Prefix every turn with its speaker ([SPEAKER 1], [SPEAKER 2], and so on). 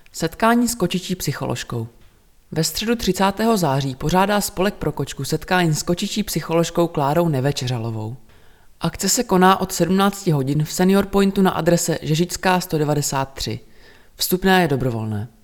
[SPEAKER 1] Setkání s kočičí psycholožkou. Ve středu 30. září pořádá Spolek pro kočku setkání s kočičí psycholožkou Klárou Nevečeřalovou. Akce se koná od 17 hodin v Senior Pointu na adrese Žežická 193. Vstupné je dobrovolné.